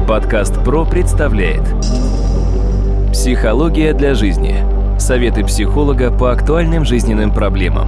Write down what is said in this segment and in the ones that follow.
Подкаст ПРО представляет «Психология для жизни». Советы психолога по актуальным жизненным проблемам.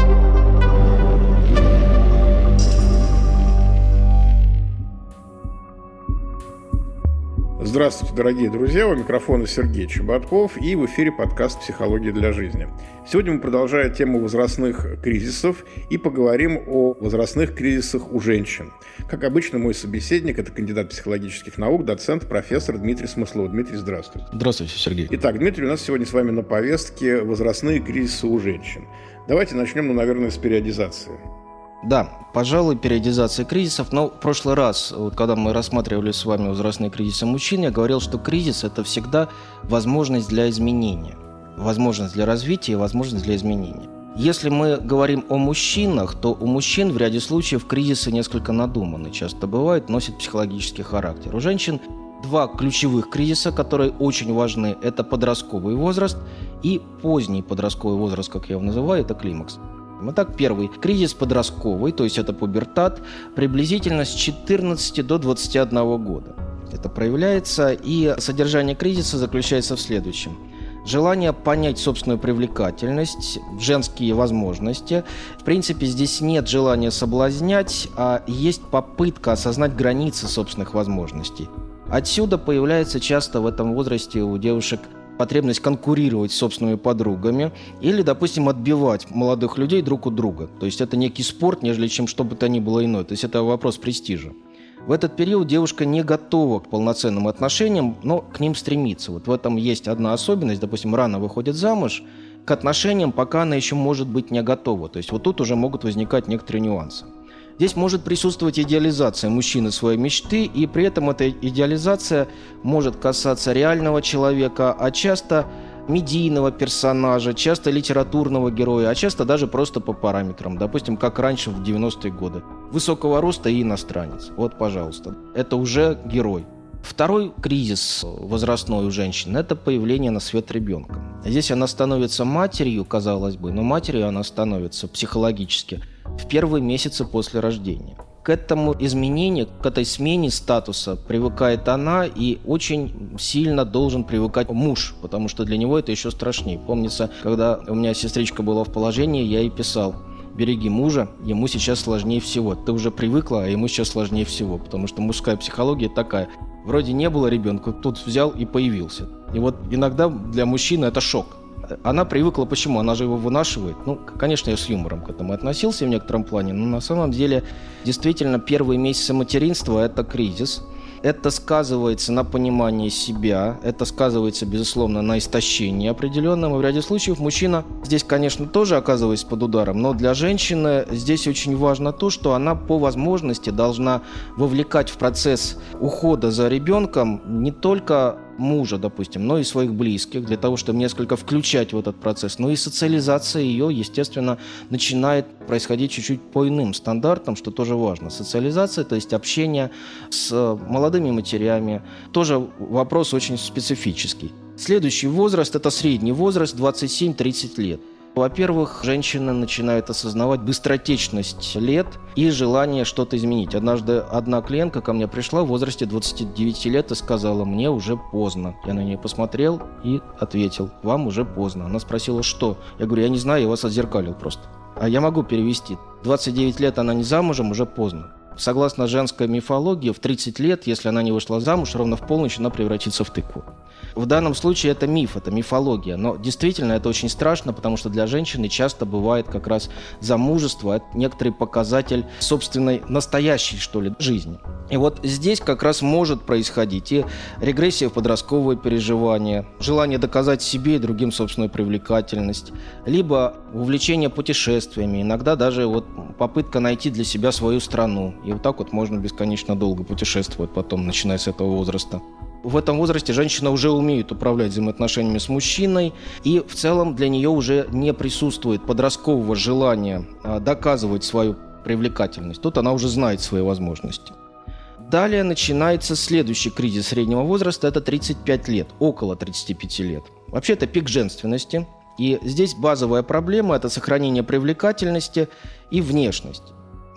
Здравствуйте, дорогие друзья, у микрофона Сергей Чеботков и в эфире подкаст «Психология для жизни». Сегодня мы продолжаем тему возрастных кризисов и поговорим о возрастных кризисах у женщин. Как обычно, мой собеседник – это кандидат психологических наук, доцент, профессор Дмитрий Смыслов. Дмитрий, здравствуйте. Здравствуйте, Сергей. Итак, Дмитрий, у нас сегодня с вами на повестке возрастные кризисы у женщин. Давайте начнем, наверное, с периодизации. Да, пожалуй, периодизация кризисов. Но в прошлый раз, когда мы рассматривали с вами возрастные кризисы мужчин, я говорил, что кризис – это всегда возможность для изменения, возможность для развития и возможность для изменения. Если мы говорим о мужчинах, то у мужчин в ряде случаев кризисы несколько надуманы, часто бывают, носят психологический характер. У женщин два ключевых кризиса, которые очень важны – это подростковый возраст и поздний подростковый возраст, как я его называю, это климакс. Итак, первый кризис подростковый, то есть это пубертат, приблизительно с 14 до 21 года. Это проявляется, и содержание кризиса заключается в следующем. Желание понять собственную привлекательность, женские возможности. В принципе, здесь нет желания соблазнять, а есть попытка осознать границы собственных возможностей. Отсюда появляется часто в этом возрасте у девушек потребность конкурировать с собственными подругами или, допустим, отбивать молодых людей друг у друга. То есть это некий спорт, нежели чем что бы то ни было иное. То есть это вопрос престижа. В этот период девушка не готова к полноценным отношениям, но к ним стремится. Вот в этом есть одна особенность. Допустим, рано выходит замуж, к отношениям пока она еще может быть не готова. То есть вот тут уже могут возникать некоторые нюансы. Здесь может присутствовать идеализация мужчины своей мечты, и при этом эта идеализация может касаться реального человека, а часто медийного персонажа, часто литературного героя, а часто даже просто по параметрам. Допустим, как раньше в 90-е годы. Высокого роста и иностранец. Вот, пожалуйста. Это уже герой. Второй кризис возрастной у женщин – это появление на свет ребенка. Здесь она становится матерью, казалось бы, но матерью она становится психологически в первые месяцы после рождения. К этому изменению, к этой смене статуса привыкает она, и очень сильно должен привыкать муж, потому что для него это еще страшнее. Помнится, когда у меня сестричка была в положении, я ей писал: береги мужа, ему сейчас сложнее всего. Ты уже привыкла, а ему сейчас сложнее всего, потому что мужская психология такая. Вроде не было ребенка, тут взял и появился. И вот иногда для мужчины это шок. Она привыкла, почему? Она же его вынашивает. Ну, конечно, я с юмором к этому относился в некотором плане, но на самом деле действительно первые месяцы материнства – это кризис. Это сказывается на понимании себя, это сказывается, безусловно, на истощении определенном. И в ряде случаев мужчина здесь, конечно, тоже оказывается под ударом, но для женщины здесь очень важно то, что она по возможности должна вовлекать в процесс ухода за ребенком не только мужа, допустим, но и своих близких, для того, чтобы несколько включать в этот процесс. Но и социализация ее, естественно, начинает происходить чуть-чуть по иным стандартам, что тоже важно. Социализация, то есть общение с молодыми матерями, тоже вопрос очень специфический. Следующий возраст – это средний возраст, 27-30 лет. Во-первых, женщины начинают осознавать быстротечность лет и желание что-то изменить. Однажды одна клиентка ко мне пришла в возрасте 29 лет и сказала: мне уже поздно. Я на нее посмотрел и ответил: вам уже поздно. Она спросила: что? Я говорю: я не знаю, я вас отзеркалил просто. А я могу перевести. 29 лет она не замужем, уже поздно. Согласно женской мифологии, в 30 лет, если она не вышла замуж, ровно в полночь она превратится в тыкву. В данном случае это миф, это мифология. Но действительно это очень страшно, потому что для женщины часто бывает как раз замужество – это некоторый показатель собственной настоящей, что ли, жизни. И вот здесь как раз может происходить и регрессия в подростковые переживания, желание доказать себе и другим собственную привлекательность, либо увлечение путешествиями, иногда даже вот попытка найти для себя свою страну. И вот так вот можно бесконечно долго путешествовать потом, начиная с этого возраста. В этом возрасте женщина уже умеет управлять взаимоотношениями с мужчиной, и в целом для нее уже не присутствует подросткового желания доказывать свою привлекательность. Тут она уже знает свои возможности. Далее начинается следующий кризис среднего возраста – это 35 лет, около 35 лет. Вообще это пик женственности, и здесь базовая проблема – это сохранение привлекательности и внешность.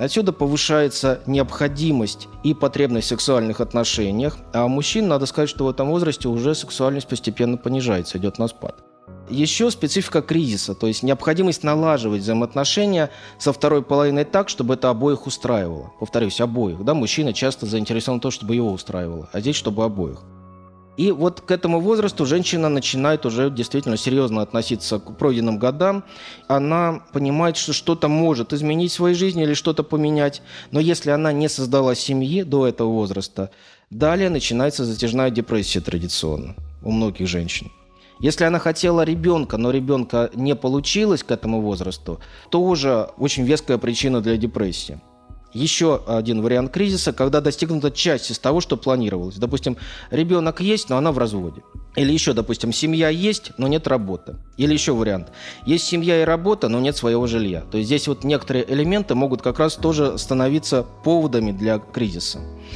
Отсюда повышается необходимость и потребность в сексуальных отношениях, а у мужчин, надо сказать, что в этом возрасте уже сексуальность постепенно понижается, идет на спад. Еще специфика кризиса, то есть необходимость налаживать взаимоотношения со второй половиной так, чтобы это обоих устраивало. Повторюсь, обоих. Да, мужчина часто заинтересован в том, чтобы его устраивало, а здесь чтобы обоих. И вот к этому возрасту женщина начинает уже действительно серьезно относиться к пройденным годам. Она понимает, что что-то может изменить в своей жизни или что-то поменять. Но если она не создала семьи до этого возраста, далее начинается затяжная депрессия традиционно у многих женщин. Если она хотела ребенка, но ребенка не получилось к этому возрасту, тоже очень веская причина для депрессии. Еще один вариант кризиса, когда достигнута часть из того, что планировалось. Допустим, ребенок есть, но она в разводе. Или еще, допустим, семья есть, но нет работы. Или еще вариант. Есть семья и работа, но нет своего жилья. То есть здесь вот некоторые элементы могут как раз тоже становиться поводами для кризиса.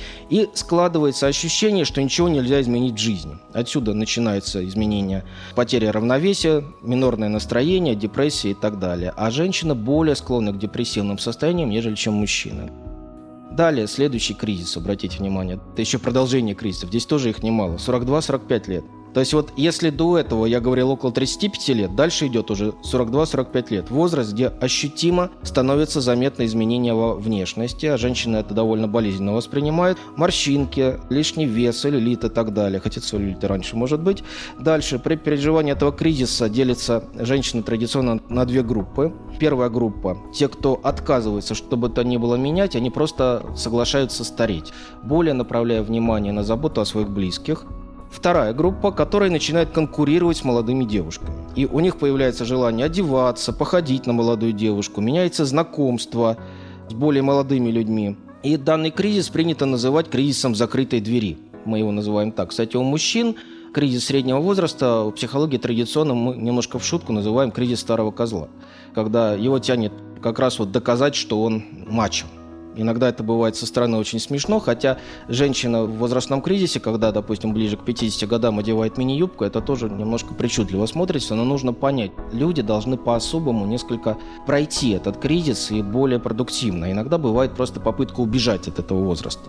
И складывается ощущение, что ничего нельзя изменить в жизни. Отсюда начинается изменение потери равновесия, минорное настроение, депрессия и так далее. А женщина более склонна к депрессивным состояниям, нежели чем мужчина. Далее, следующий кризис, обратите внимание, это еще продолжение кризисов, здесь тоже их немало, 42-45 лет. То есть вот если до этого я говорил около 35 лет, дальше идет уже 42-45 лет. Возраст, где ощутимо становятся заметны изменения во внешности, а женщины это довольно болезненно воспринимают. Морщинки, лишний вес, целлюлит и так далее. Хотя целлюлит и раньше может быть. Дальше, при переживании этого кризиса делятся женщины традиционно на две группы. Первая группа – те, кто отказывается, чтобы это ни было менять, они просто соглашаются стареть, более направляя внимание на заботу о своих близких. Вторая группа, которая начинает конкурировать с молодыми девушками. И у них появляется желание одеваться, походить на молодую девушку, меняется знакомство с более молодыми людьми. И данный кризис принято называть кризисом закрытой двери. Мы его называем так. Кстати, у мужчин кризис среднего возраста в психологии традиционно мы немножко в шутку называем кризис старого козла. Когда его тянет как раз вот доказать, что он мачо. Иногда это бывает со стороны очень смешно, хотя женщина в возрастном кризисе, когда, допустим, ближе к 50 годам одевает мини-юбку, это тоже немножко причудливо смотрится, но нужно понять, люди должны по-особому несколько пройти этот кризис и более продуктивно. Иногда бывает просто попытка убежать от этого возраста.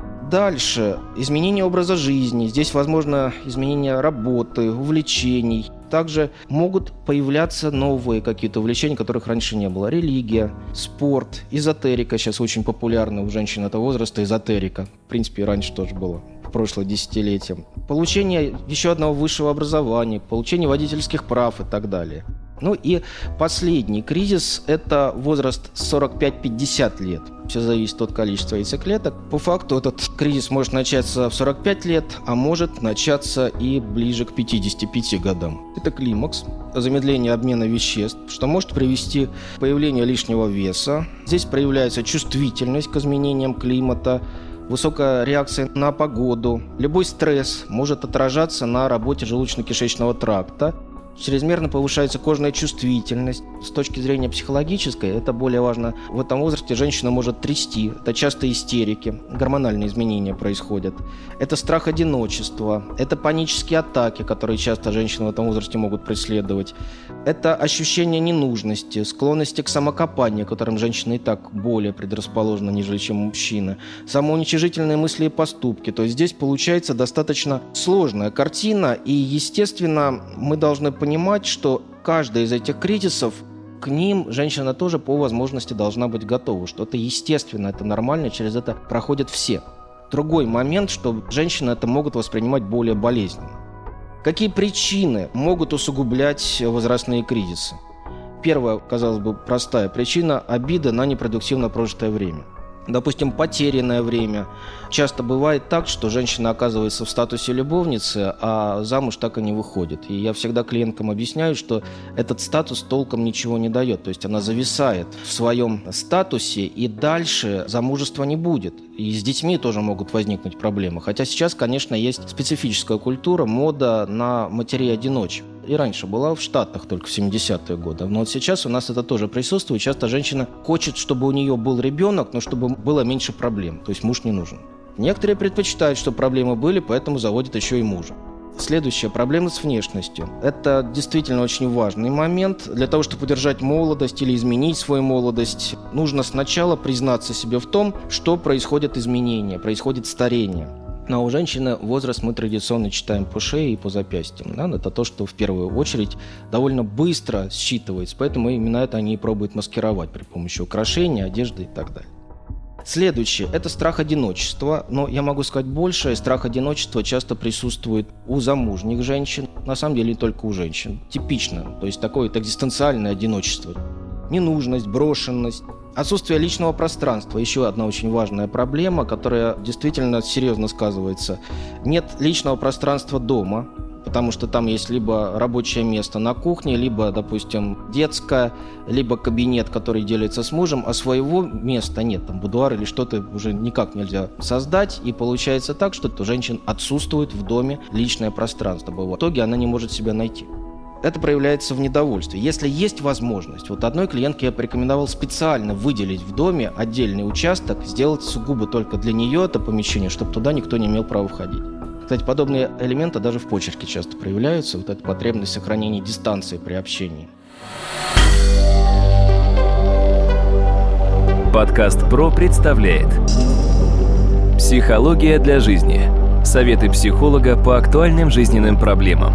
Дальше. Изменение образа жизни. Здесь возможно изменение работы, увлечений. Также могут появляться новые какие-то увлечения, которых раньше не было. Религия, спорт, эзотерика. Сейчас очень популярна у женщин этого возраста эзотерика. В принципе, и раньше тоже было, в прошлое десятилетие. Получение еще одного высшего образования, получение водительских прав и так далее. Ну и последний кризис – это возраст 45-50 лет. Все зависит от количества яйцеклеток. По факту этот кризис может начаться в 45 лет, а может начаться и ближе к 55 годам. Это климакс, замедление обмена веществ, что может привести к появлению лишнего веса. Здесь проявляется чувствительность к изменениям климата, высокая реакция на погоду. Любой стресс может отражаться на работе желудочно-кишечного тракта. Чрезмерно повышается кожная чувствительность. С точки зрения психологической, это более важно. В этом возрасте женщина может трясти. Это часто истерики. Гормональные изменения происходят. Это страх одиночества. Это панические атаки, которые часто женщины в этом возрасте могут преследовать. Это ощущение ненужности, склонности к самокопанию, к которым женщины и так более предрасположены, нежели чем мужчины. Самоуничижительные мысли и поступки. То есть здесь получается достаточно сложная картина. И, естественно, мы должны понимать, что каждый из этих кризисов, к ним женщина тоже по возможности должна быть готова, что это естественно, это нормально, через это проходят все. Другой момент, что женщины это могут воспринимать более болезненно. Какие причины могут усугублять возрастные кризисы? Первая, казалось бы, простая причина – обида на непродуктивно прожитое время. Допустим, потерянное время. Часто бывает так, что женщина оказывается в статусе любовницы, а замуж так и не выходит. И я всегда клиенткам объясняю, что этот статус толком ничего не дает. То есть она зависает в своем статусе, и дальше замужества не будет. И с детьми тоже могут возникнуть проблемы. Хотя сейчас, конечно, есть специфическая культура, мода на матерей-одиночек. И раньше была в Штатах только в 70-е годы. Но вот сейчас у нас это тоже присутствует. Часто женщина хочет, чтобы у нее был ребенок, но чтобы было меньше проблем. То есть муж не нужен. Некоторые предпочитают, чтобы проблемы были, поэтому заводят еще и мужа. Следующая проблема с внешностью. Это действительно очень важный момент. Для того, чтобы удержать молодость или изменить свою молодость, нужно сначала признаться себе в том, что происходят изменения, происходит старение. Но у женщины возраст мы традиционно читаем по шее и по запястьям. Да? Это то, что в первую очередь довольно быстро считывается, поэтому именно это они и пробуют маскировать при помощи украшений, одежды и так далее. Следующее – это страх одиночества, но я могу сказать больше. Страх одиночества часто присутствует у замужних женщин, на самом деле не только у женщин. Типично, то есть такое экзистенциальное одиночество. Ненужность, брошенность, отсутствие личного пространства – еще одна очень важная проблема, которая действительно серьезно сказывается. Нет личного пространства дома, потому что там есть либо рабочее место на кухне, либо, допустим, детское, либо кабинет, который делится с мужем, а своего места нет, там будуар или что-то уже никак нельзя создать, и получается так, что у женщин отсутствует в доме личное пространство. В итоге она не может себя найти. Это проявляется в недовольстве. Если есть возможность, вот одной клиентке я порекомендовал специально выделить в доме отдельный участок, сделать сугубо только для нее это помещение, чтобы туда никто не имел права входить. Кстати, подобные элементы даже в почерке часто проявляются, вот эта потребность сохранения дистанции при общении. Подкаст «Про» представляет «Психология для жизни». Советы психолога по актуальным жизненным проблемам.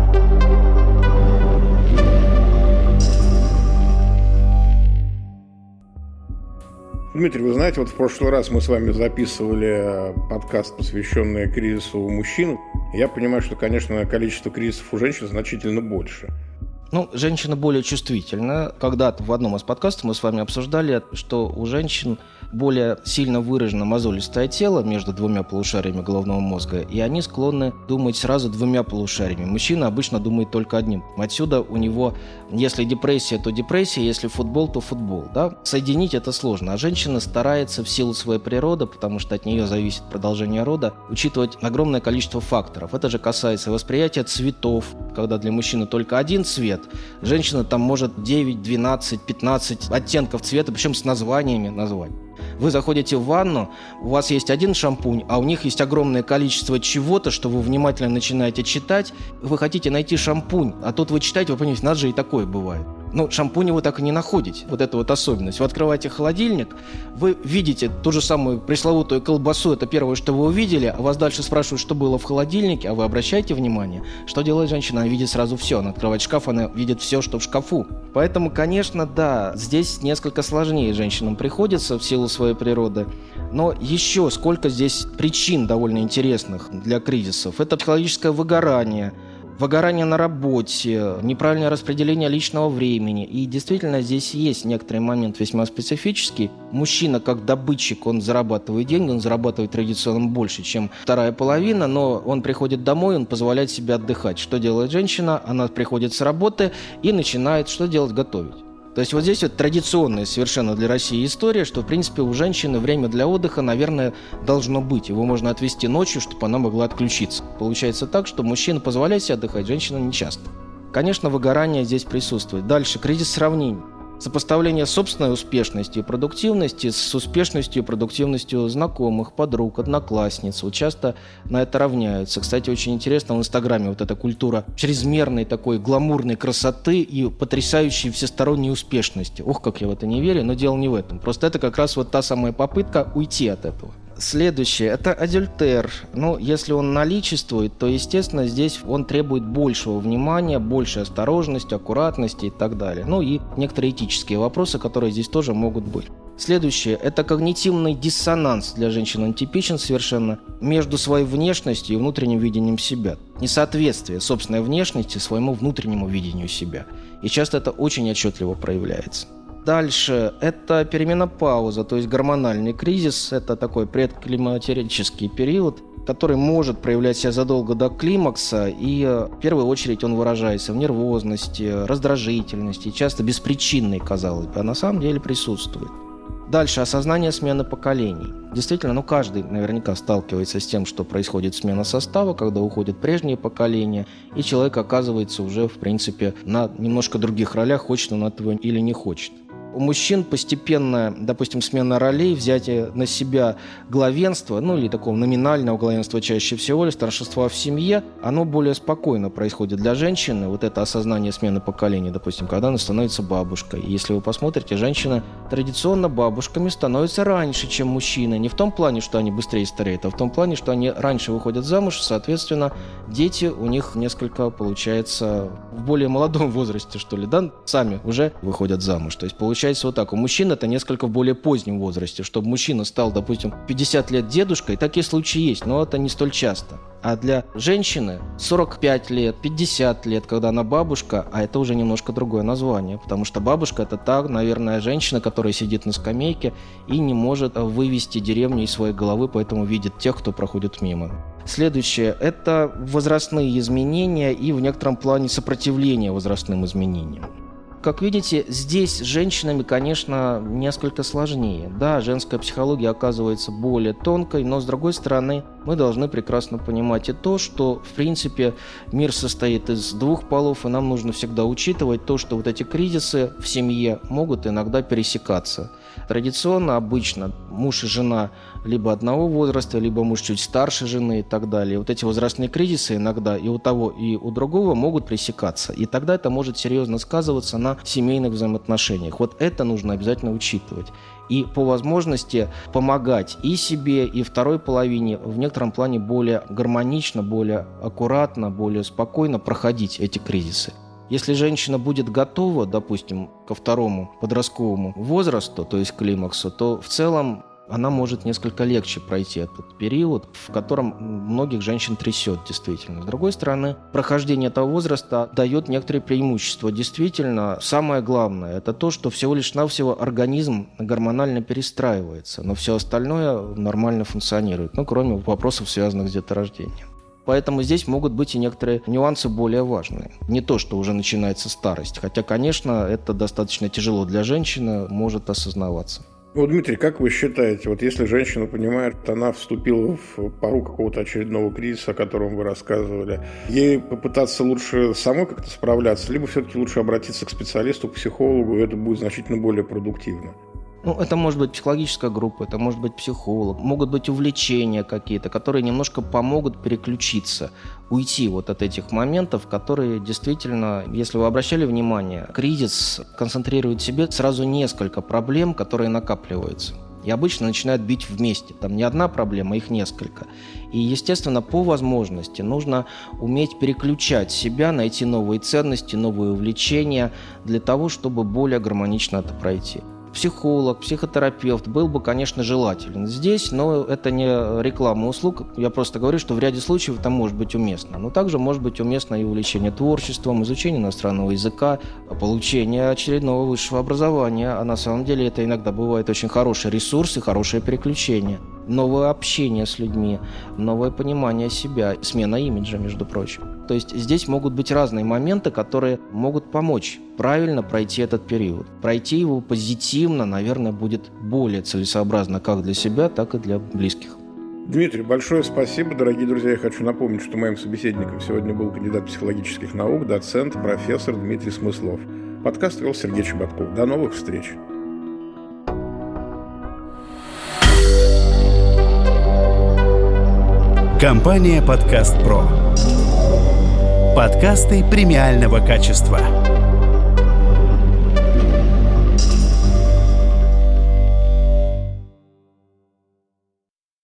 Дмитрий, вы знаете, вот в прошлый раз мы с вами записывали подкаст, посвященный кризису у мужчин. Я понимаю, что, конечно, количество кризисов у женщин значительно больше. Женщина более чувствительна. Когда-то в одном из подкастов мы с вами обсуждали, что у женщин более сильно выражено мозолистое тело между двумя полушариями головного мозга, и они склонны думать сразу двумя полушариями. Мужчина обычно думает только одним. Отсюда у него, если депрессия, то депрессия, если футбол, то футбол. Да? Соединить это сложно. А женщина старается в силу своей природы, потому что от нее зависит продолжение рода, учитывать огромное количество факторов. Это же касается восприятия цветов, когда для мужчины только один цвет, женщина там может 9, 12, 15 оттенков цвета, причем с названиями назвать. Вы заходите в ванну, у вас есть один шампунь, а у них есть огромное количество чего-то, что вы внимательно начинаете читать. Вы хотите найти шампунь, а тут вы читаете, вы понимаете, нас же и такое бывает. Но шампунь вы так и не находите. Вот это вот особенность. Вы открываете холодильник, вы видите ту же самую пресловутую колбасу, это первое, что вы увидели, а вас дальше спрашивают, что было в холодильнике, а вы обращаете внимание, что делает женщина? Она видит сразу все. Она открывает шкаф, она видит все, что в шкафу. Поэтому, конечно, да, здесь несколько сложнее женщинам приходится в силу своей природы. Но еще сколько здесь причин довольно интересных для кризисов. Это психологическое выгорание на работе, неправильное распределение личного времени. И действительно здесь есть некоторый момент весьма специфический. Мужчина как добытчик, он зарабатывает деньги, он зарабатывает традиционно больше, чем вторая половина, но он приходит домой, он позволяет себе отдыхать. Что делает женщина? Она приходит с работы и начинает что делать? Готовить. То есть вот здесь вот традиционная совершенно для России история, что, в принципе, у женщины время для отдыха, наверное, должно быть. Его можно отвести ночью, чтобы она могла отключиться. Получается так, что мужчина позволяет себе отдыхать, женщина не часто. Конечно, выгорание здесь присутствует. Дальше, кризис сравнений. Сопоставление собственной успешности и продуктивности с успешностью и продуктивностью знакомых, подруг, одноклассниц. Вот часто на это равняются. Кстати, очень интересно в Инстаграме вот эта культура чрезмерной такой гламурной красоты и потрясающей всесторонней успешности. Ох, как я в это не верю, но дело не в этом. Просто это как раз вот та самая попытка уйти от этого. Следующее – это адюльтер. Если он наличествует, то, естественно, здесь он требует большего внимания, большей осторожности, аккуратности и так далее. И некоторые этические вопросы, которые здесь тоже могут быть. Следующее – это когнитивный диссонанс. Для женщин он типичен совершенно между своей внешностью и внутренним видением себя. Несоответствие собственной внешности своему внутреннему видению себя. И часто это очень отчетливо проявляется. Дальше это переменопауза, то есть гормональный кризис. Это такой предклимактерический период, который может проявлять себя задолго до климакса. И в первую очередь он выражается в нервозности, раздражительности, часто беспричинной, казалось бы, а на самом деле присутствует. Дальше осознание смены поколений. Действительно, каждый наверняка сталкивается с тем, что происходит смена состава, когда уходят прежние поколения, и человек оказывается уже, в принципе, на немножко других ролях, хочет он этого или не хочет. У мужчин постепенная, допустим, смена ролей, взятие на себя главенства, или такого номинального главенства чаще всего, или старшинства в семье, оно более спокойно происходит для женщины. Вот это осознание смены поколений, допустим, когда она становится бабушкой. И если вы посмотрите, женщины традиционно бабушками становятся раньше, чем мужчины. Не в том плане, что они быстрее стареют, а в том плане, что они раньше выходят замуж, соответственно, дети у них несколько, получается, в более молодом возрасте, что ли, сами уже выходят замуж. То есть получается вот так. У мужчин это несколько в более позднем возрасте. Чтобы мужчина стал, допустим, 50 лет дедушкой, такие случаи есть, но это не столь часто. А для женщины 45 лет, 50 лет, когда она бабушка, а это уже немножко другое название, потому что бабушка – это та, наверное, женщина, которая сидит на скамейке и не может вывести деревню из своей головы, поэтому видит тех, кто проходит мимо. Следующее – это возрастные изменения и в некотором плане сопротивление возрастным изменениям. Как видите, здесь с женщинами, конечно, несколько сложнее. Да, женская психология оказывается более тонкой, но, с другой стороны, мы должны прекрасно понимать и то, что, в принципе, мир состоит из двух полов, и нам нужно всегда учитывать то, что вот эти кризисы в семье могут иногда пересекаться. Традиционно, обычно, муж и жена либо одного возраста, либо муж чуть старше жены и так далее. Вот эти возрастные кризисы иногда и у того, и у другого могут пересекаться. И тогда это может серьезно сказываться на семейных взаимоотношениях. Вот это нужно обязательно учитывать. И по возможности помогать и себе, и второй половине в некотором плане более гармонично, более аккуратно, более спокойно проходить эти кризисы. Если женщина будет готова, допустим, ко второму подростковому возрасту, то есть климаксу, то в целом она может несколько легче пройти этот период, в котором многих женщин трясет действительно. С другой стороны, прохождение этого возраста дает некоторые преимущества. Действительно, самое главное – это то, что всего лишь навсего организм гормонально перестраивается, но все остальное нормально функционирует, кроме вопросов, связанных с деторождением. Поэтому здесь могут быть и некоторые нюансы более важные. Не то, что уже начинается старость, хотя, конечно, это достаточно тяжело для женщины, может осознаваться. Дмитрий, как вы считаете, если женщина понимает, что она вступила в пору какого-то очередного кризиса, о котором вы рассказывали, ей попытаться лучше самой как-то справляться, либо все-таки лучше обратиться к специалисту, к психологу, и это будет значительно более продуктивно? Это может быть психологическая группа, это может быть психолог, могут быть увлечения какие-то, которые немножко помогут переключиться, уйти от этих моментов, которые действительно, если вы обращали внимание, кризис концентрирует в себе сразу несколько проблем, которые накапливаются. И обычно начинают бить вместе. Там не одна проблема, их несколько. И, естественно, по возможности нужно уметь переключать себя, найти новые ценности, новые увлечения для того, чтобы более гармонично это пройти. Психолог, психотерапевт был бы, конечно, желателен здесь, но это не реклама услуг. Я просто говорю, что в ряде случаев это может быть уместно. Но также может быть уместно и увлечение творчеством, изучение иностранного языка, получение очередного высшего образования. А на самом деле это иногда бывает очень хороший ресурс и хорошее переключение. Новое общение с людьми, новое понимание себя, смена имиджа, между прочим. То есть здесь могут быть разные моменты, которые могут помочь правильно пройти этот период. Пройти его позитивно, наверное, будет более целесообразно как для себя, так и для близких. Дмитрий, большое спасибо. Дорогие друзья, я хочу напомнить, что моим собеседником сегодня был кандидат психологических наук, доцент, профессор Дмитрий Смыслов. Подкаст вел Сергей Чеботков. До новых встреч. Компания «Подкаст Про». Подкасты премиального качества.